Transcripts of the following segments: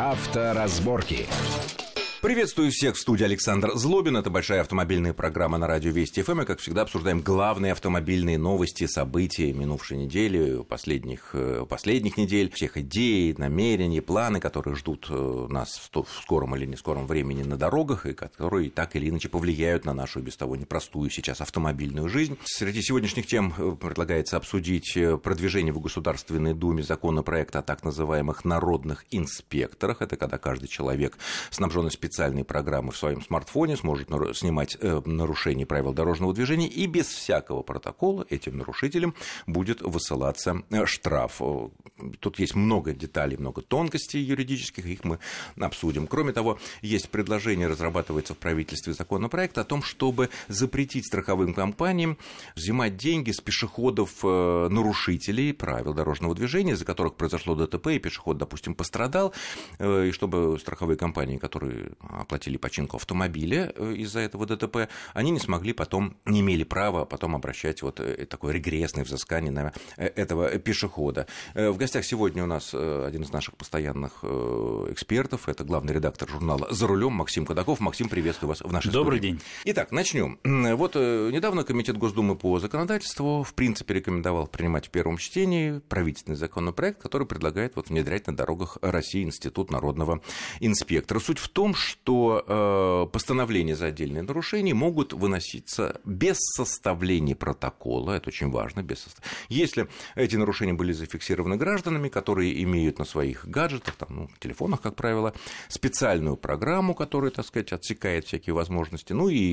Авторазборки. Приветствую всех в студии Александр Злобин. Это большая автомобильная программа на радио Вести ФМ. И, как всегда, обсуждаем главные автомобильные новости, события минувшей недели, последних недель, всех идей, намерений, планы, которые ждут нас в скором или не скором времени на дорогах, и которые так или иначе повлияют на нашу и без того непростую сейчас автомобильную жизнь. Среди сегодняшних тем предлагается обсудить продвижение в Государственной Думе законопроекта о так называемых народных инспекторах. Это когда каждый человек, снабженный специальной программы в своем смартфоне, сможет снимать нарушения правил дорожного движения, и без всякого протокола этим нарушителям будет высылаться штраф. Тут есть много деталей, много тонкостей юридических, их мы обсудим. Кроме того, есть предложение, разрабатывается в правительстве законопроект о том, чтобы запретить страховым компаниям взимать деньги с пешеходов-нарушителей правил дорожного движения, из-за которых произошло ДТП, и пешеход, допустим, пострадал, и чтобы страховые компании, которые оплатили починку автомобиля из-за этого ДТП, они не имели права потом обращать вот такое регрессное взыскание на этого пешехода. В гостях сегодня у нас один из наших постоянных экспертов, это главный редактор журнала «За рулем» Максим Кадаков. Максим, приветствую вас в нашей студии. Добрый день. Итак, начнем. Вот недавно Комитет Госдумы по законодательству в принципе рекомендовал принимать в первом чтении правительственный законопроект, который предлагает внедрять на дорогах России институт народного инспектора. Суть в том, что постановления за отдельные нарушения могут выноситься без составления протокола, это очень важно, если эти нарушения были зафиксированы гражданами, которые имеют на своих гаджетах, телефонах, как правило, специальную программу, которая, отсекает всякие возможности,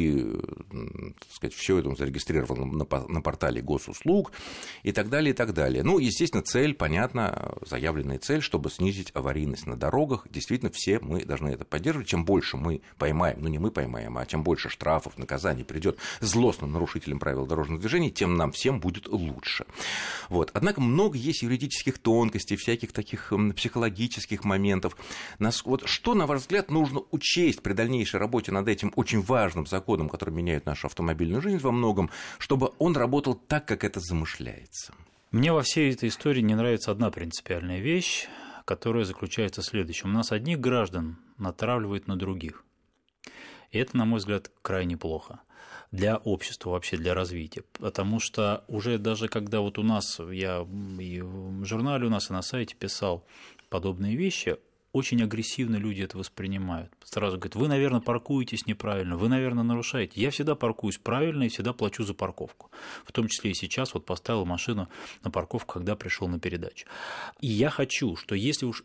все это зарегистрировано на портале госуслуг и так далее, и так далее. Естественно, цель, понятно, заявленная цель, чтобы снизить аварийность на дорогах, действительно, все мы должны это поддерживать. Чем больше мы поймаем, не мы поймаем, а чем больше штрафов, наказаний придет злостным нарушителям правил дорожного движения, тем нам всем будет лучше. Однако много есть юридических тонкостей, всяких таких психологических моментов. Что, на ваш взгляд, нужно учесть при дальнейшей работе над этим очень важным законом, который меняет нашу автомобильную жизнь во многом, чтобы он работал так, как это замышляется? Мне во всей этой истории не нравится одна принципиальная вещь, которая заключается в следующем. У нас одних граждан натравливают на других. И это, на мой взгляд, крайне плохо для общества, вообще для развития. Потому что уже даже когда у нас, я и в журнале у нас, и на сайте писал подобные вещи, очень агрессивно люди это воспринимают. Сразу говорят: вы, наверное, паркуетесь неправильно, вы, наверное, нарушаете. Я всегда паркуюсь правильно и всегда плачу за парковку. В том числе и сейчас поставил машину на парковку, когда пришел на передачу. И я хочу, что если уж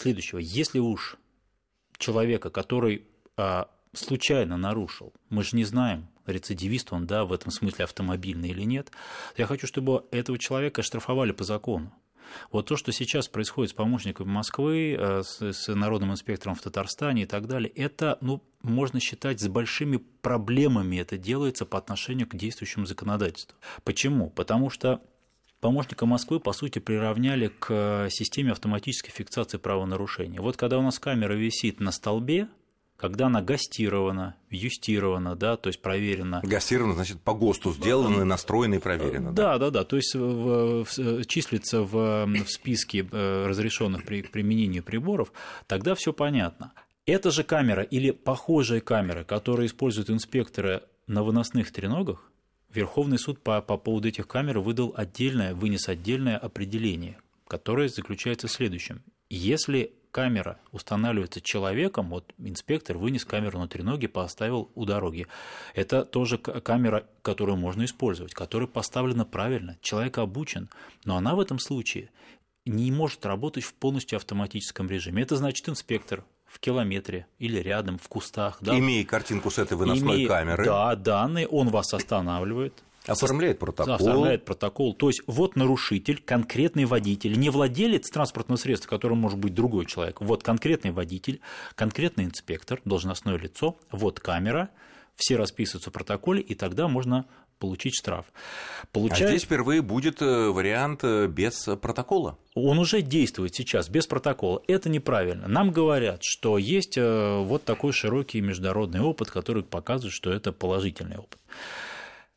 человека, который случайно нарушил, мы же не знаем, рецидивист он, в этом смысле автомобильный или нет, я хочу, чтобы этого человека оштрафовали по закону. То, что сейчас происходит с помощниками Москвы, с народным инспектором в Татарстане и так далее, это, можно считать, с большими проблемами это делается по отношению к действующему законодательству. Почему? Потому что помощника Москвы, по сути, приравняли к системе автоматической фиксации правонарушения. Когда у нас камера висит на столбе, когда она гастирована, юстирована, то есть проверена. Гастирована, значит, по ГОСТу сделана, настроена и проверена. Да, то есть числится в списке разрешенных при применении приборов, тогда все понятно. Эта же камера или похожая камера, которую используют инспекторы на выносных треногах, Верховный суд по поводу этих камер вынес отдельное определение, которое заключается в следующем. Если камера устанавливается человеком, инспектор вынес камеру на треноге, поставил у дороги. Это тоже камера, которую можно использовать, которая поставлена правильно, человек обучен, но она в этом случае не может работать в полностью автоматическом режиме. Это значит, инспектор в километре или рядом, в кустах. Имея картинку с этой выносной камеры. Данные, он вас останавливает. Оформляет протокол. То есть нарушитель, конкретный водитель, не владелец транспортного средства, которым может быть другой человек. Конкретный водитель, конкретный инспектор, должностное лицо, камера, все расписываются в протоколе, и тогда можно получить штраф. А здесь впервые будет вариант без протокола. Он уже действует сейчас без протокола. Это неправильно. Нам говорят, что есть такой широкий международный опыт, который показывает, что это положительный опыт.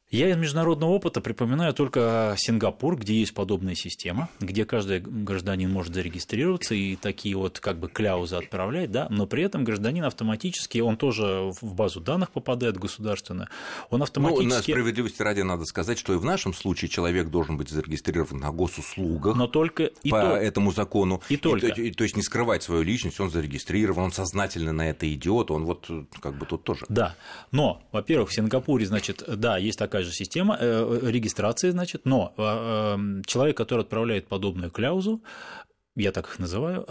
Я из международного опыта припоминаю только Сингапур, где есть подобная система, где каждый гражданин может зарегистрироваться и такие вот как бы кляузы отправлять, да, но при этом гражданин автоматически, он тоже в базу данных попадает государственную, он автоматически... Ну, на справедливости ради надо сказать, что и в нашем случае человек должен быть зарегистрирован на госуслугах, но только и по этому закону, и только. То есть не скрывать свою личность, он зарегистрирован, он сознательно на это идет, он вот как бы тут тоже. Да, но, во-первых, в Сингапуре, значит, да, есть такая же система регистрации, значит, но человек, который отправляет подобную кляузу, я так их называю,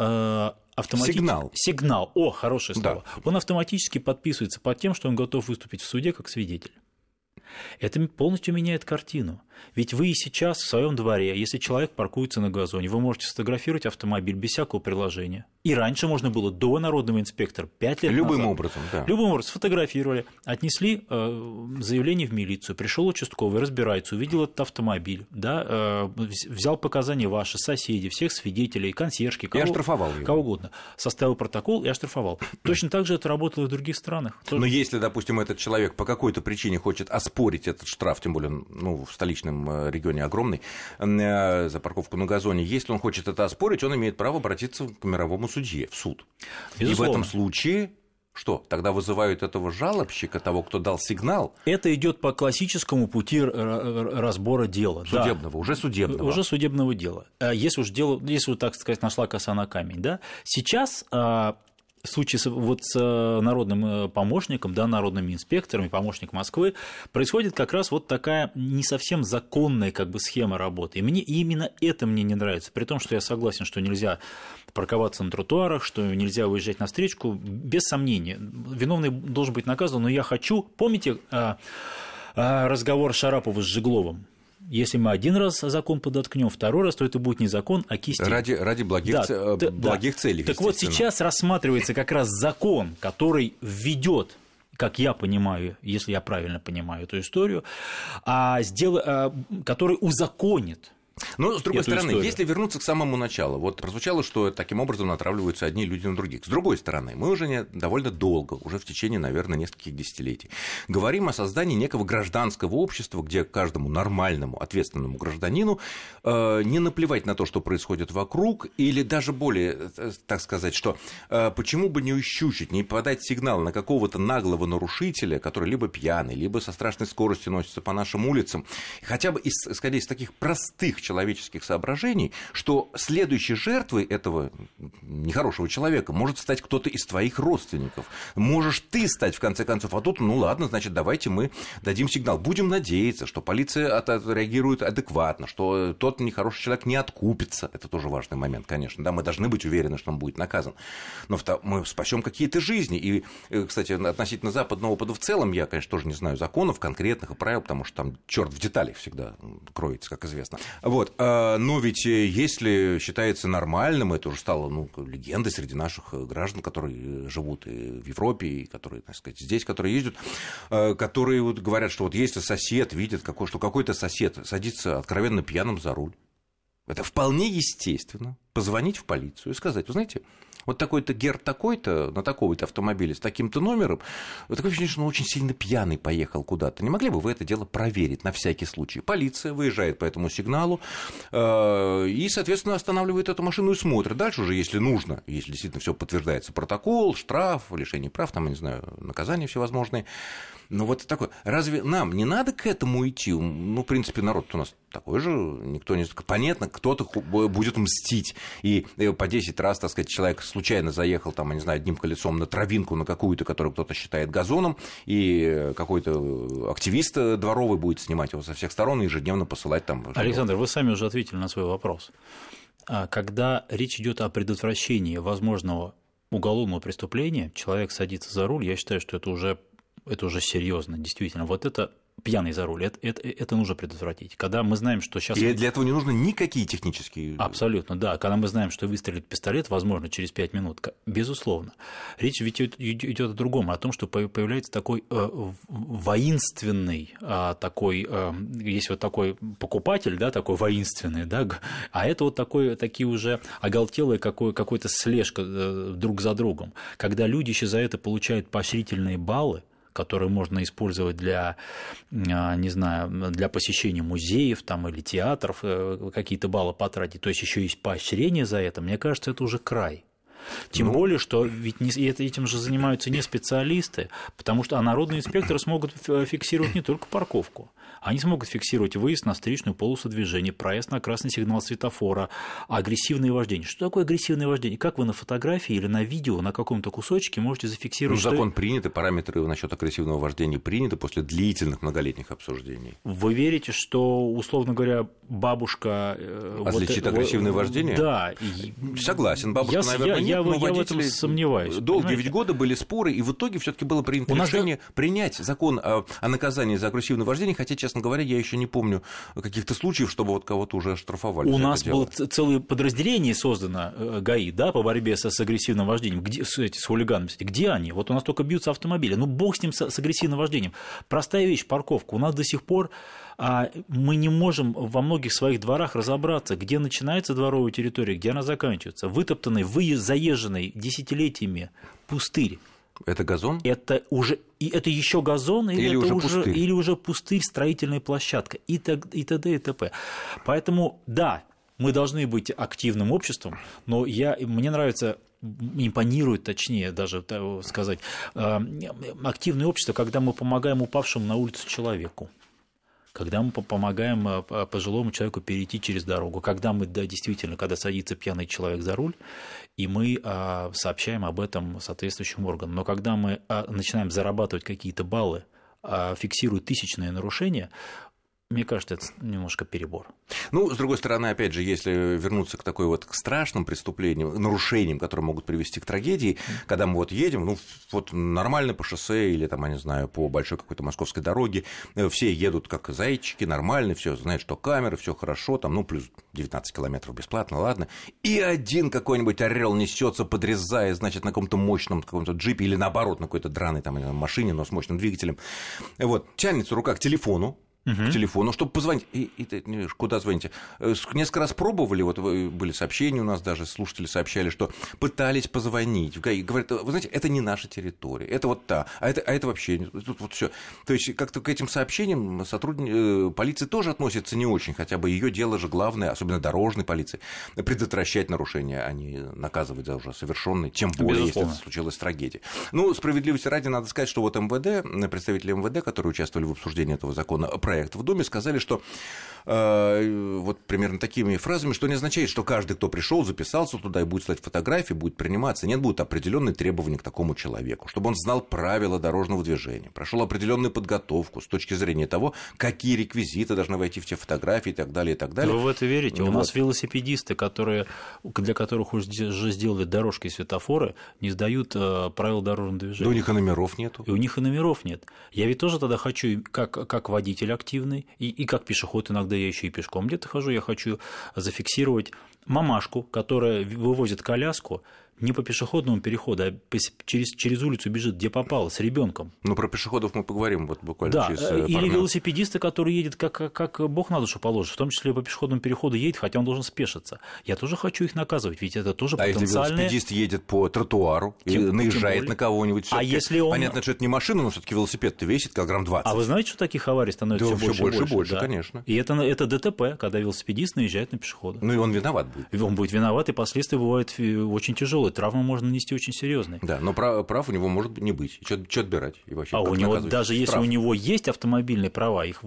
Сигнал. О, хорошее слово. Да. Он автоматически подписывается под тем, что он готов выступить в суде как свидетель. Это полностью меняет картину. Ведь вы и сейчас в своем дворе, если человек паркуется на газоне, вы можете сфотографировать автомобиль без всякого приложения. И раньше можно было до народного инспектора 5 лет Любым назад. образом, да. Любым образом сфотографировали, отнесли заявление в милицию, пришел участковый, разбирается, увидел этот автомобиль, да, взял показания ваши, соседи, всех свидетелей, консьержки, кого угодно, составил протокол и оштрафовал. Точно так же это работало и в других странах. Но если, допустим, этот человек по какой-то причине хочет оспорить этот штраф, тем более в столичном регионе огромный, за парковку на газоне, если он хочет это оспорить, он имеет право обратиться к мировому судье, в суд. Безусловно. И в этом случае... Что, тогда вызывают этого жалобщика, того, кто дал сигнал? Это идет по классическому пути разбора дела. Судебного, да. Уже судебного. Уже судебного дела. Если уж, так сказать, нашла коса на камень. Да? Сейчас... В случае вот с народным помощником, да, народными инспекторами, помощник Москвы, происходит как раз вот такая не совсем законная как бы схема работы. И именно это мне не нравится. При том, что я согласен, что нельзя парковаться на тротуарах, что нельзя выезжать на встречку, без сомнения. Виновный должен быть наказан, но я хочу... Помните разговор Шарапова с Жигловым? Если мы один раз закон подоткнем, второй раз, то это будет не закон, а кистень. Ради благих целей. Так вот, сейчас рассматривается как раз закон, который введет, как я понимаю, если я правильно понимаю эту историю, который узаконит. Но, с другой стороны, если вернуться к самому началу, вот прозвучало, что таким образом натравливаются одни люди на других. С другой стороны, мы уже довольно долго, уже в течение, наверное, нескольких десятилетий, говорим о создании некого гражданского общества, где каждому нормальному, ответственному гражданину не наплевать на то, что происходит вокруг, или даже более, так сказать, что почему бы не ущучить, не подать сигнал на какого-то наглого нарушителя, который либо пьяный, либо со страшной скоростью носится по нашим улицам, хотя бы исходя из таких простых человеческих соображений, что следующей жертвой этого нехорошего человека может стать кто-то из твоих родственников. Можешь ты стать, в конце концов, а тут, ну ладно, значит, давайте мы дадим сигнал. Будем надеяться, что полиция отреагирует адекватно, что тот нехороший человек не откупится. Это тоже важный момент, конечно. Да, мы должны быть уверены, что он будет наказан. Но мы спасем какие-то жизни. И, кстати, относительно западного опыта в целом, я, конечно, тоже не знаю законов конкретных и правил, потому что там черт в деталях всегда кроется, как известно. Вот. Но ведь если считается нормальным, это уже стало легендой среди наших граждан, которые живут и в Европе, и которые, так сказать, здесь, которые ездят, которые вот говорят, что вот если сосед видит, что какой-то сосед садится откровенно пьяным за руль, это вполне естественно позвонить в полицию и сказать, вы знаете, вот такой-то Герд такой-то на такой-то автомобиле с таким-то номером, такое ощущение, что он очень сильно пьяный поехал куда-то. Не могли бы вы это дело проверить на всякий случай? Полиция выезжает по этому сигналу и, соответственно, останавливает эту машину и смотрит. Дальше уже, если нужно, если действительно все подтверждается, протокол, штраф, лишение прав, там, я не знаю, наказания всевозможные. Ну, вот такое. Разве нам не надо к эту идти? Ну, в принципе, народ у нас такой же, никто не... Понятно, кто-то будет мстить, и по 10 раз, так сказать, человек случайно заехал, там, я не знаю, одним колесом на травинку, на какую-то, которую кто-то считает газоном, и какой-то активист дворовый будет снимать его со всех сторон и ежедневно посылать там... Александр, вы сами уже ответили на свой вопрос. Когда речь идет о предотвращении возможного уголовного преступления, человек садится за руль, я считаю, что это уже серьезно, действительно. Вот это пьяный за руль, это нужно предотвратить. Когда мы знаем, что сейчас... И для этого не нужны никакие технические... Абсолютно, да. Когда мы знаем, что выстрелит пистолет, возможно, через 5 минут, безусловно. Речь ведь идет о другом, о том, что появляется такой воинственный, есть вот такой покупатель, да, такой воинственный, да, а это вот такие уже оголтелые какой-то слежка друг за другом. Когда люди еще за это получают поощрительные баллы, которые можно использовать для, не знаю, для посещения музеев там, или театров, какие-то баллы потратить, то есть еще есть поощрение за это, мне кажется, это уже край. Тем более, что ведь этим же занимаются не специалисты, потому что народные инспекторы смогут фиксировать не только парковку, они смогут фиксировать выезд на встречную полосу движения, проезд на красный сигнал светофора, агрессивное вождение. Что такое агрессивное вождение? Как вы на фотографии или на видео на каком-то кусочке можете зафиксировать? Закон принят, и параметры насчет агрессивного вождения приняты после длительных многолетних обсуждений. Вы верите, что, условно говоря, бабушка... Отличит агрессивное вождение? Да. Согласен, бабушка, наверное, нет, но я в этом сомневаюсь. Долгие ведь годы были споры, и в итоге все-таки было принято решение принять закон о наказании за агрессивное вождение, хотя, честно говоря, я еще не помню каких-то случаев, чтобы вот кого-то уже оштрафовали. У нас было целое подразделение создано ГАИ, да, по борьбе с агрессивным вождением, с хулиганами. Где они? Вот у нас только бьются автомобили. Ну, бог с ним, с агрессивным вождением. Простая вещь, парковка. У нас до сих пор мы не можем во многих своих дворах разобраться, где начинается дворовая территория, где она заканчивается. Вытоптанный, заезженный десятилетиями пустырь. Это газон? Это еще газон, или уже пустырь, строительная площадка, и т.д. и т.п. Поэтому, да, мы должны быть активным обществом, но мне нравится, импонирует, точнее даже сказать, активное общество, когда мы помогаем упавшему на улицу человеку, когда мы помогаем пожилому человеку перейти через дорогу, когда мы, да, действительно, когда садится пьяный человек за руль, и мы сообщаем об этом соответствующим органам. Но когда мы начинаем зарабатывать какие-то баллы, фиксируют тысячные нарушения, мне кажется, это немножко перебор. Ну, с другой стороны, опять же, если вернуться к такой вот к страшным преступлениям, нарушениям, которые могут привести к трагедии, когда мы вот едем, нормально по шоссе или там, я не знаю, по большой какой-то московской дороге, все едут как зайчики, нормально, все знают, что камеры, все хорошо, там, плюс 19 километров бесплатно, ладно, и один какой-нибудь орел несется, подрезая, значит, на каком-то мощном каком-то джипе или наоборот на какой-то драной там машине, но с мощным двигателем, тянется рука к телефону, чтобы позвонить. И куда звоните? Несколько раз пробовали, были сообщения у нас, даже слушатели сообщали, что пытались позвонить. Говорят, вы знаете, это не наша территория, это а это вообще тут все. То есть как-то к этим сообщениям сотрудники полиции тоже относятся не очень, хотя бы ее дело же главное, особенно дорожной полиции, предотвращать нарушения, а не наказывать за уже совершенные, тем более, если это случилась трагедия. Справедливости ради надо сказать, что МВД, представители МВД, которые участвовали в обсуждении этого закона, проект в Доме, сказали, что примерно такими фразами, что не означает, что каждый, кто пришел, записался туда и будет слать фотографии, будет приниматься. Нет, будут определенные требования к такому человеку, чтобы он знал правила дорожного движения, прошел определенную подготовку с точки зрения того, какие реквизиты должны войти в те фотографии и так далее, и так далее. Вы в это верите? У нас велосипедисты, для которых уже сделали дорожки и светофоры, не сдают правила дорожного движения. Да у них и номеров нету. И у них и номеров нет. Я ведь тоже тогда хочу, как водитель активный, и как пешеход, иногда я еще и пешком где-то хожу, я хочу зафиксировать мамашку, которая вывозит коляску не по пешеходному переходу, а через улицу бежит, где попало, с ребенком. Про пешеходов мы поговорим буквально через пару минут. Или велосипедиста, который едет как Бог на душу положит, в том числе по пешеходному переходу едет, хотя он должен спешиться. Я тоже хочу их наказывать, ведь это тоже потенциальное... если велосипедист едет по тротуару и наезжает на кого-нибудь, если он... понятно, что это не машина, но все-таки велосипед-то весит килограмм 20. А вы знаете, что таких аварий становится все больше и больше? Да. Конечно. И это ДТП, когда велосипедист наезжает на пешехода. И он виноват будет. Он будет виноват, и последствия бывают очень тяжелые. Травмы можно нанести очень серьезные. Да, но прав у него может не быть. Что отбирать? И вообще, у него, даже если у него есть автомобильные права, их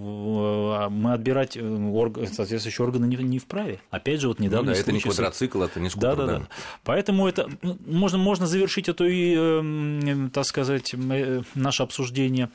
мы отбирать соответствующие органы не вправе. Опять же, недавно... это не квадроцикл, это не скутер. Да. Поэтому это можно завершить эту, так сказать, наше обсуждение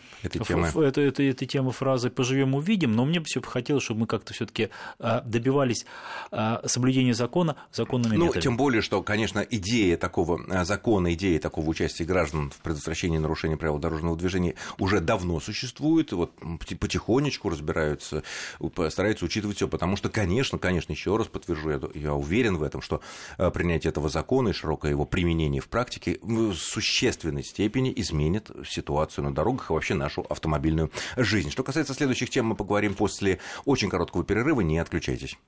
этой темы фразы «поживем, увидим», но мне бы все хотелось, чтобы мы как-то все-таки добивались соблюдения закона законными методами. Тем более, что, конечно, идея такого закона, идея такого участия граждан в предотвращении нарушения правил дорожного движения уже давно существует, потихонечку разбираются, стараются учитывать все, потому что, конечно, еще раз подтвержу, я уверен в этом, что принятие этого закона и широкое его применение в практике в существенной степени изменит ситуацию на дорогах и вообще нашу автомобильную жизнь. Что касается следующих тем, мы поговорим после очень короткого перерыва, не отключайтесь.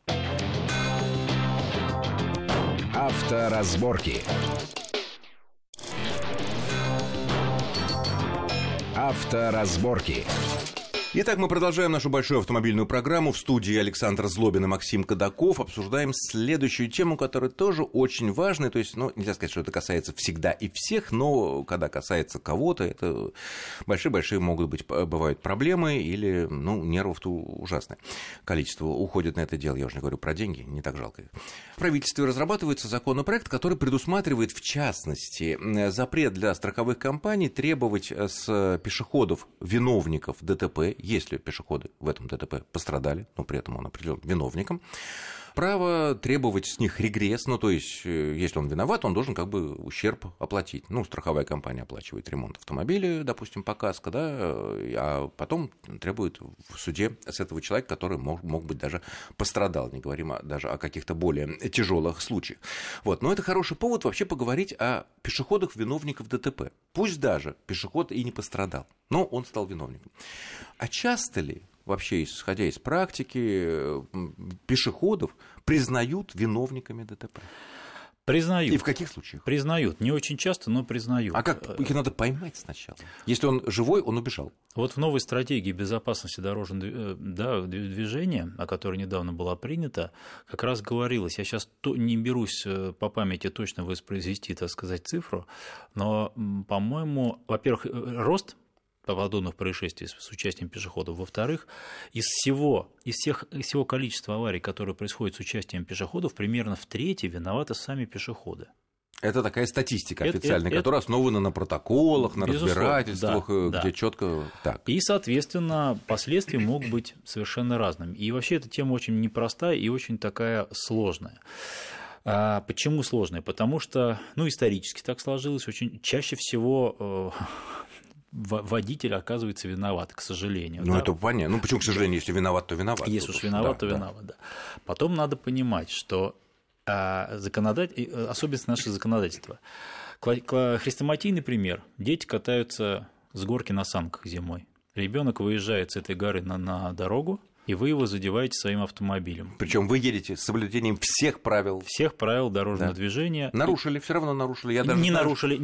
Авторазборки. Авторазборки. Итак, мы продолжаем нашу большую автомобильную программу. В студии Александр Злобин и Максим Кадаков. Обсуждаем следующую тему, которая тоже очень важная. То есть, нельзя сказать, что это касается всегда и всех, но когда касается кого-то, это большие-большие бывают проблемы или, нервов-то ужасное количество уходит на это дело. Я уже не говорю про деньги, не так жалко. В правительстве разрабатывается законопроект, который предусматривает, в частности, запрет для страховых компаний требовать с пешеходов, виновников ДТП, если пешеходы в этом ДТП пострадали, но при этом он определен виновником, право требовать с них регресс, то есть, если он виноват, он должен ущерб оплатить. Страховая компания оплачивает ремонт автомобиля, допустим, по КАСКО, а потом требует в суде с этого человека, который мог быть даже пострадал, не говорим даже о каких-то более тяжелых случаях. Но это хороший повод вообще поговорить о пешеходах, виновников ДТП. Пусть даже пешеход и не пострадал, но он стал виновником. А часто ли вообще, исходя из практики, пешеходов признают виновниками ДТП? Признают. И в каких случаях? Признают. Не очень часто, но признают. А как их надо поймать сначала? Если он живой, он убежал. В новой стратегии безопасности дорожного движения, о которой недавно была принята, как раз говорилось, я сейчас не берусь по памяти точно воспроизвести, так сказать, цифру, но, по-моему, во-первых, рост подобных происшествий с участием пешеходов. Во-вторых, из всего количества аварий, которые происходят с участием пешеходов, примерно в трети виноваты сами пешеходы. Это такая статистика официальная, которая основана на протоколах, на разбирательствах, где четко так. И, соответственно, последствия могут быть совершенно разными. И вообще эта тема очень непростая и очень такая сложная. Почему сложная? Потому что, исторически так сложилось, очень чаще всего водитель оказывается виноват, к сожалению. Это понятно. Почему, к сожалению, если виноват, то виноват. Если уж виноват, то виноват, да. Потом надо понимать, что особенность нашего законодательства. Хрестоматийный пример. Дети катаются с горки на санках зимой. Ребенок выезжает с этой горы на дорогу, и вы его задеваете своим автомобилем. Причем вы едете с соблюдением всех правил. Всех правил дорожного движения. Нарушили, все равно нарушили. Я даже не нарушили.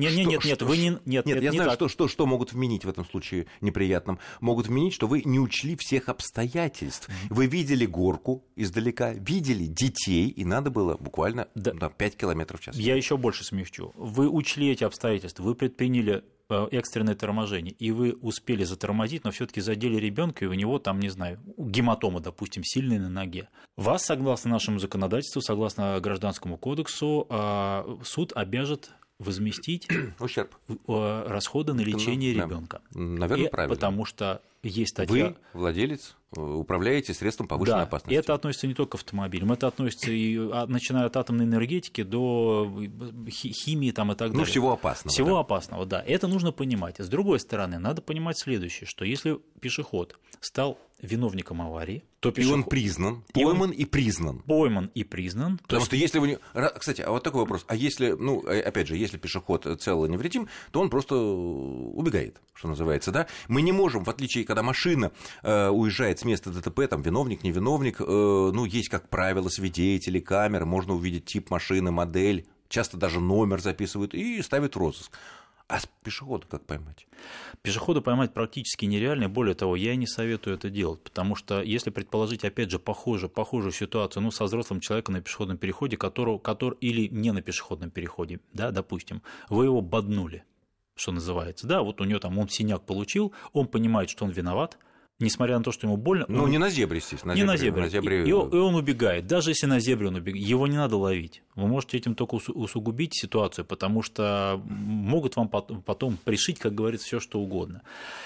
Что могут вменить в этом случае неприятном? Могут вменить, что вы не учли всех обстоятельств. Вы видели горку издалека, видели детей, и надо было буквально 5 километров в час. Я еще больше смягчу. Вы учли эти обстоятельства, вы предприняли экстренное торможение, и вы успели затормозить, но все-таки задели ребенка, и у него гематома, допустим, сильная на ноге. Вас, согласно нашему законодательству, согласно Гражданскому кодексу, суд обяжет возместить ущерб, расходы на лечение ребенка. Наверное, правильно. Потому что есть статья. Вы владелец, управляете средством повышенной опасности. Это относится не только к автомобилям, это относится и начиная от атомной энергетики до химии и так далее. Всего опасного. Всего опасного, да. Это нужно понимать. С другой стороны, надо понимать следующее, что если пешеход стал виновником аварии, то и он признан, пойман и признан. Пойман и признан. Потому что если вы... Кстати, а вот такой вопрос. А если, опять же, если пешеход цел и невредим, то он просто убегает, что называется, да? Мы не можем, в отличие, когда машина уезжает с места ДТП, виновник, не виновник, есть, как правило, свидетели, камеры, можно увидеть тип машины, модель, часто даже номер записывают и ставят в розыск. А пешехода как поймать? Пешехода поймать практически нереально. Более того, я и не советую это делать, потому что если предположить, опять же, похожую ситуацию, со взрослым человеком на пешеходном переходе, который или не на пешеходном переходе, да, допустим, вы его боднули, что называется, да, вот у него он синяк получил, он понимает, что он виноват, несмотря на то, что ему больно. Не на зебре, естественно. Не на зебре. И он убегает. Даже если на зебре он убегает, его не надо ловить. Вы можете этим только усугубить ситуацию, потому что могут вам потом пришить, как говорится, все что угодно.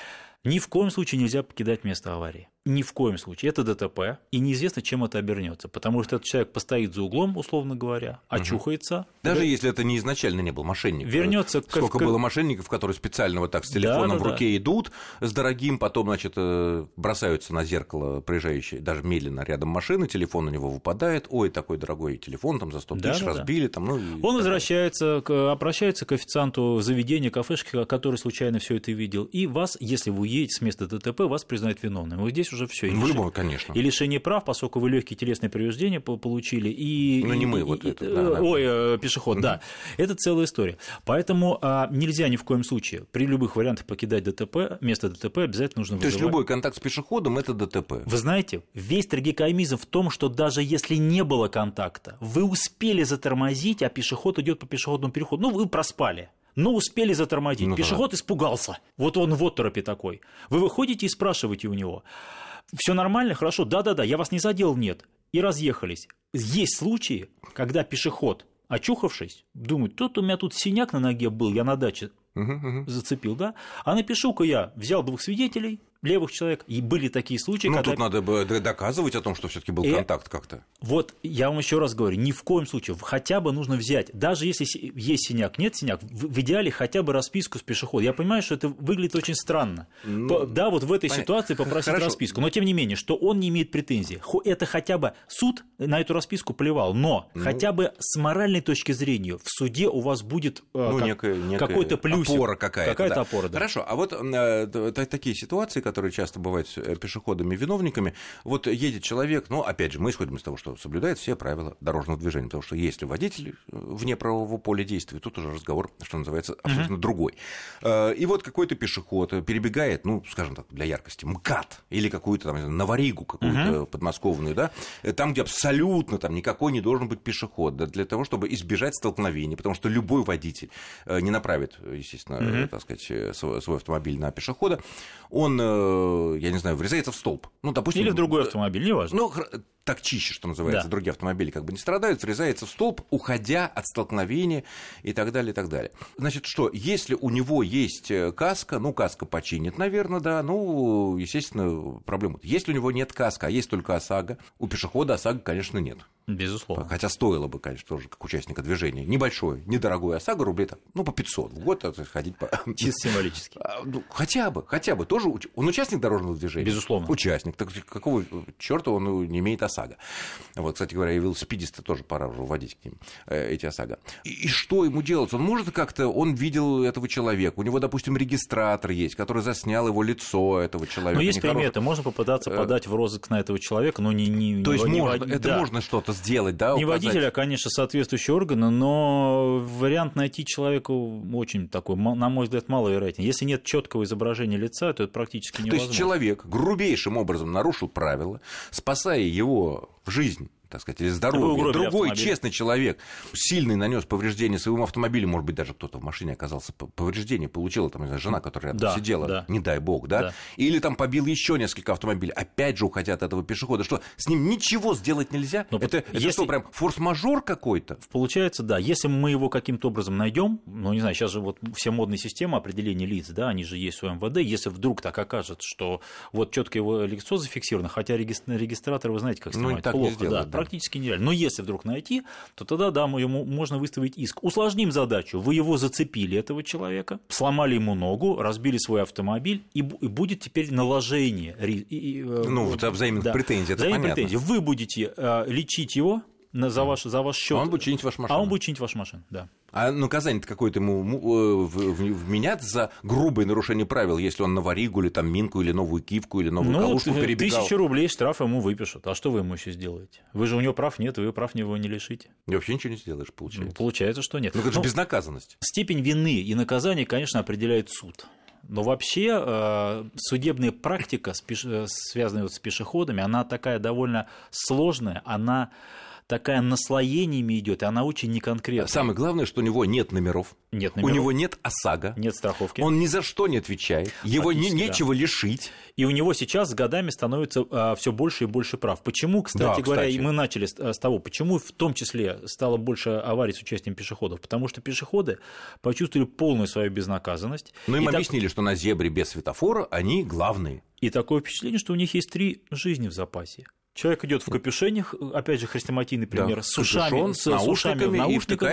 Ни в коем случае нельзя покидать место аварии. Ни в коем случае. Это ДТП, и неизвестно, чем это обернется, потому что этот человек постоит за углом, условно говоря, очухается. Даже если это не изначально не был мошенник. Вернется. Сколько было мошенников, которые специально с телефоном в руке идут, с дорогим, потом, бросаются на зеркало проезжающие, даже медленно рядом машины, телефон у него выпадает, ой, такой дорогой телефон, за 100 тысяч разбили. Он возвращается, обращается к официанту заведения, кафешки, который случайно все это видел, и вас, если вы уедете с места ДТП, вас признают виновным. Вы здесь уже уже все. В любом, конечно. И лишение прав, поскольку вы легкие телесные повреждения получили. Ну, не мы, вот это. Пешеход, да. Это целая история. Поэтому нельзя ни в коем случае при любых вариантах покидать ДТП, место ДТП обязательно нужно вызывать. То есть любой контакт с пешеходом – это ДТП. Вы знаете, весь трагикомизм в том, что даже если не было контакта, вы успели затормозить, а пешеход идет по пешеходному переходу. Ну, вы проспали. Но успели затормозить. Пешеход испугался. Вот он в оторопе такой. Вы выходите и спрашиваете у него: все нормально, хорошо, да-да-да, я вас не задел, нет. И разъехались. Есть случаи, когда пешеход, очухавшись, думает: тут у меня тут синяк на ноге был, я на даче зацепил, да? А напишу-ка я, взял 2 свидетелей, левых человек, и были такие случаи, когда... тут надо бы доказывать о том, что все-таки был контакт как-то. Вот я вам еще раз говорю, ни в коем случае, хотя бы нужно взять, даже если есть синяк, нет синяк, в идеале хотя бы расписку с пешехода. Я понимаю, что это выглядит очень странно. Да, вот в этой ситуации попросить расписку, но тем не менее, что он не имеет претензий. Это хотя бы суд на эту расписку плевал, но хотя бы с моральной точки зрения в суде у вас будет какой-то плюсик. Опора какая-то. Опора, да. Хорошо, а вот такие ситуации, которые часто бывают с пешеходами-виновниками, вот едет человек, опять же, мы исходим из того, что соблюдает все правила дорожного движения, потому что если водитель вне правового поля действия, тут уже разговор, что называется, абсолютно другой. И вот какой-то пешеход перебегает, скажем так, для яркости, МКАД или какую-то там Новоригу, какую-то подмосковную, да, там, где абсолютно там никакой не должен быть пешеход, да, для того, чтобы избежать столкновений, потому что любой водитель не направит, естественно, так сказать, свой автомобиль на пешехода, он, я не знаю, врезается в столб. Допустим, или в другой автомобиль, неважно. Так чище, что называется, да. Другие автомобили как бы не страдают, врезается в столб, уходя от столкновения и так далее, и так далее. Значит, что, если у него есть каска, каска починит, наверное, да, естественно, проблема. Если у него нет каска, а есть только ОСАГО, у пешехода ОСАГО, конечно, нет. Безусловно. Хотя стоило бы, конечно, тоже как участника движения. Небольшой, недорогой ОСАГО, рублей там, по 500 в год ходить по... Чисто символически. Хотя бы. Тоже он участник дорожного движения. Безусловно. Участник. Так какого черта он не имеет ОСАГО? Вот, кстати говоря, и велосипедисты тоже пора уже вводить к ним эти ОСАГО. И что ему делать? Он может как-то, он видел этого человека, у него, допустим, регистратор есть, который заснял его лицо, этого человека. Есть приметы, можно попытаться подать в розыск на этого человека, но не... То есть можно что-то сделать, да? Не водителя, конечно, соответствующие органы, но вариант найти человека очень такой, на мой взгляд, маловероятен. Если нет четкого изображения лица, то это практически невозможно. То есть человек грубейшим образом нарушил правила, спасая его жизнь, так сказать, или здоровье. Другой честный человек, сильный, нанес повреждение своему автомобилю, может быть, даже кто-то в машине оказался, повреждение получила, там, не знаю, жена, которая рядом сидела, не дай бог, да? Или там побил еще несколько автомобилей, опять же, уходя от этого пешехода, что с ним ничего сделать нельзя? Это что, прям форс-мажор какой-то? Получается, да, если мы его каким-то образом найдем, не знаю, сейчас же вот все модные системы определения лиц, да, они же есть в МВД, если вдруг так окажется, что вот четко его лицо зафиксировано, хотя регистратор, вы знаете, как снимать, плохо, да. Практически нереально. Но если вдруг найти, то тогда, да, ему можно выставить иск. Усложним задачу. Вы его зацепили, этого человека, сломали ему ногу, разбили свой автомобиль, и будет теперь наложение. Взаимных претензий, это понятно. Претензий. Вы будете лечить его за ваш счет. А он будет чинить вашу машину. А он будет чинить вашу машину, да. А наказание-то какое-то ему вменят за грубое нарушение правил, если он Новоригу, или там Минку, или Новую Кивку, или Новую Калужку перебегал? 1000 рублей штраф ему выпишут. А что вы ему еще сделаете? Вы же у него прав нет, вы прав его не лишите. И вообще ничего не сделаешь, получается. Получается, что нет. Это же безнаказанность. Степень вины и наказания, конечно, определяет суд. Но вообще судебная практика, связанная с пешеходами, она такая довольно сложная, она такая наслоениями идет, и она очень неконкретная. Самое главное, что у него нет номеров. У него нет ОСАГО. Нет страховки. Он ни за что не отвечает. Его нечего лишить. И у него сейчас с годами становится все больше и больше прав. Почему, кстати говоря, и мы начали с того, почему в том числе стало больше аварий с участием пешеходов? Потому что пешеходы почувствовали полную свою безнаказанность. Но им объяснили, что на зебре без светофора они главные. И такое впечатление, что у них есть 3 жизни в запасе. Человек идет в капюшонях, опять же, хрестоматийный пример, с ушами, с наушниками,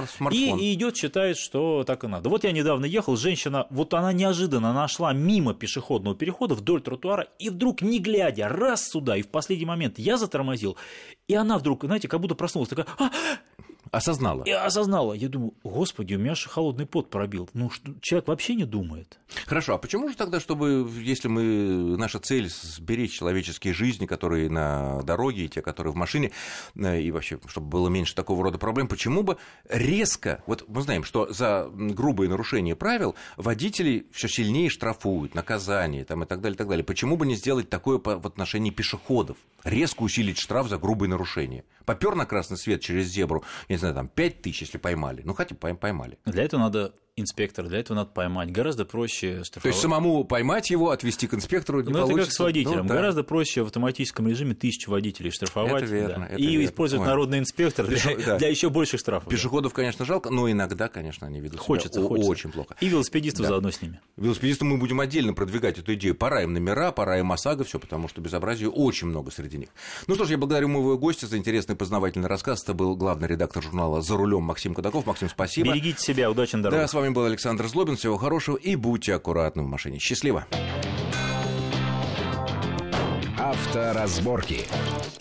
и идет, считает, что так и надо. Вот я недавно ехал, женщина, вот она неожиданно нашла мимо пешеходного перехода вдоль тротуара, и вдруг, не глядя, раз сюда, и в последний момент я затормозил, и она вдруг, знаете, как будто проснулась, такая... Осознала. И осознала. Я думаю, господи, у меня же холодный пот пробил. Человек вообще не думает. Хорошо, а почему же тогда, если наша цель сберечь человеческие жизни, которые на дороге, и те, которые в машине, и вообще, чтобы было меньше такого рода проблем, почему бы резко, вот мы знаем, что за грубые нарушения правил водителей все сильнее штрафуют, наказания там, и так далее. Почему бы не сделать такое в отношении пешеходов? Резко усилить штраф за грубые нарушения. Попёр на красный свет через зебру, я не знаю, там 5 тысяч, если поймали. Хотя бы поймали. Для этого надо инспектора, для этого надо поймать. Гораздо проще штрафовать. То есть самому поймать его, отвезти к инспектору не получится? Это как с водителем. Гораздо проще в автоматическом режиме 1000 водителей штрафовать. Это верно. Да. И использовать народный инспектор для еще больших штрафов. Пешеходов, конечно, жалко, но иногда, конечно, они ведут себя очень плохо. И велосипедистов заодно с ними. Велосипедистам мы будем отдельно продвигать эту идею. Пора им номера, пора им ОСАГО, все, потому что безобразия очень много среди них. Ну что ж, я благодарю моего гостя за интересный познавательный рассказ. Это был главный редактор журнала «За рулем» Максим Кадаков. Максим, спасибо. Берегите себя, удачи на дороге. Да, с вами был Александр Злобин. Всего хорошего и будьте аккуратны в машине. Счастливо. Авторазборки.